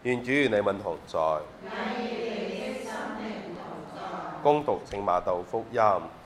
願主與你們同在。恭讀聖馬竇福音。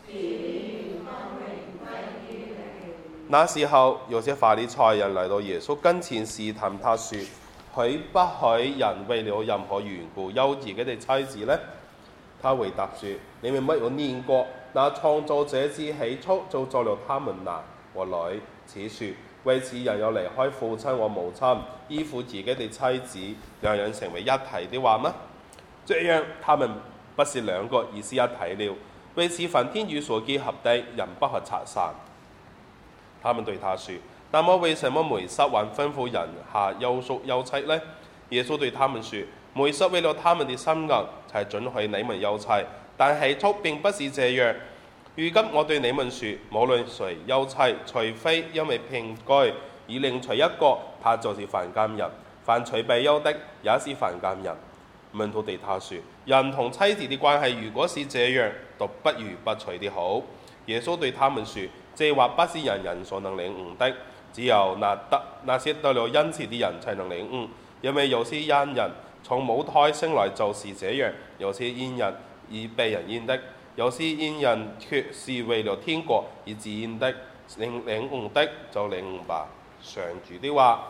那時候，有些法利賽人來到耶穌跟前試探他說：許不許人為了任何緣故休自己的妻子呢？他回答說：你們沒有念過那創造者自起初就造了他們男和女，此說為此人要離開父親和母親，依附自己的妻子，兩人成為一體的話嗎？這樣他們不是兩個，而是一體了。為此凡天主所結合的，人不可拆散。他們對他說：那麼為什麼梅瑟還吩咐人下休叔休妻呢？耶穌對他們說：梅瑟為了他們的心硬，才准許你們休妻，但起初並不是這樣。如今我對你們說，無論誰休妻，除非因為姘居而另娶一個，他就是犯姦人；凡娶被休的，也是犯姦人。門徒對他說：人同妻子的關係如果是這樣，倒不如不娶的好。耶穌對他們說：這話不是人人所能領悟的，只有那些得了恩賜的人才能領悟。因為有些恩人從母胎生來就是這樣，有些恩人已被人恩的，有些恩人卻是為了天國而自恩的。領悟的就領悟吧。上主的話。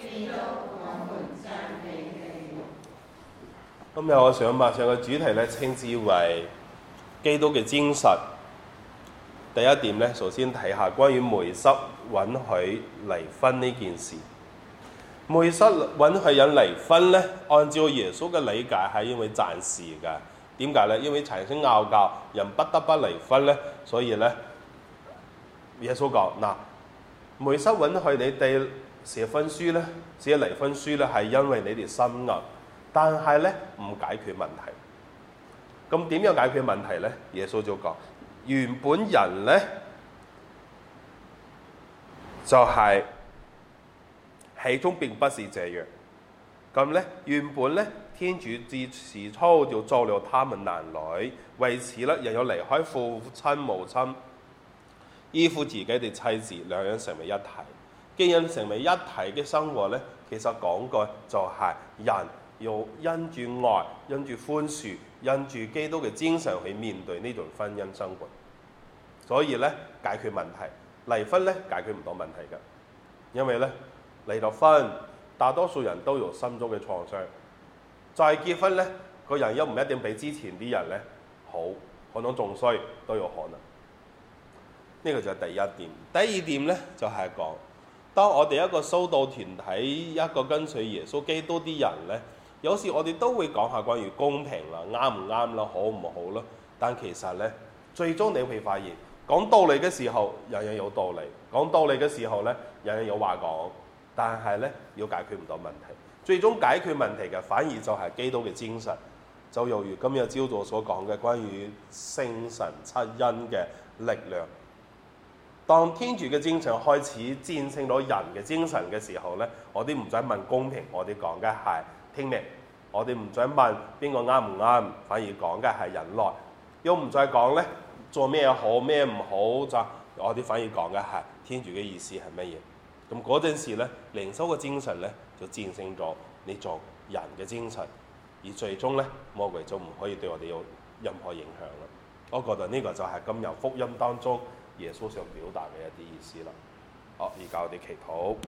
今日我想把上個主題咧稱之為基督嘅精神。第一點咧，首先睇下關於梅瑟允許離婚呢件事。梅瑟允許人離婚咧，按照耶穌嘅理解係因為暫時嘅。點解咧？因為產生拗撬，人不得不離婚咧，所以咧耶穌講嗱，梅瑟允許你哋寫婚書咧，寫離婚書咧，係因為你哋心硬。但係咧唔解決問題，咁點樣解決問題咧？耶穌就講：原本人咧就係起初並不是這樣，咁咧原本咧天主自始初就造了他們男女，為此咧人要離開父親母親，依附自己的妻子，兩人成為一體。既然成為一體嘅生活咧，其實講句就係人要因住愛、因住寬恕、因住基督嘅精神去面對呢種婚姻生活。所以咧解決問題，離婚咧解決唔到問題㗎，因為咧離咗婚，大多數人都有心中嘅創傷。再結婚咧，個人又唔一定比之前啲人咧好，可能仲衰都有可能。呢個就係第一點。第二點咧就係講，當我哋一個修道團體，一個跟隨耶穌基督啲人咧。有時我哋都會講下關於公平啦、啱唔啱啦、好唔好啦。但其實咧，最終你會發現，講道理嘅時候，人人有道理；講道理嘅時候咧，人人有話講。但係咧，要解決唔到問題。最終解決問題嘅，反而就係基督嘅精神。就猶如今日朝早所講嘅關於聖神七恩嘅力量。當天主嘅精神開始戰勝咗人嘅精神嘅時候咧，我哋唔再問公平，我哋講嘅係聽命，我哋唔再問邊個啱唔啱，反而講嘅係忍耐，又唔再講咧做咩好咩唔好，就我哋反而講嘅係天主嘅意思係乜嘢。咁嗰陣時咧，靈修嘅精神咧就戰勝咗呢種人嘅精神，而最終咧魔鬼就唔可以對我哋有任何影響啦。我覺得呢個就係今日福音當中耶穌想表達嘅一啲意思啦。好，而家我哋祈禱。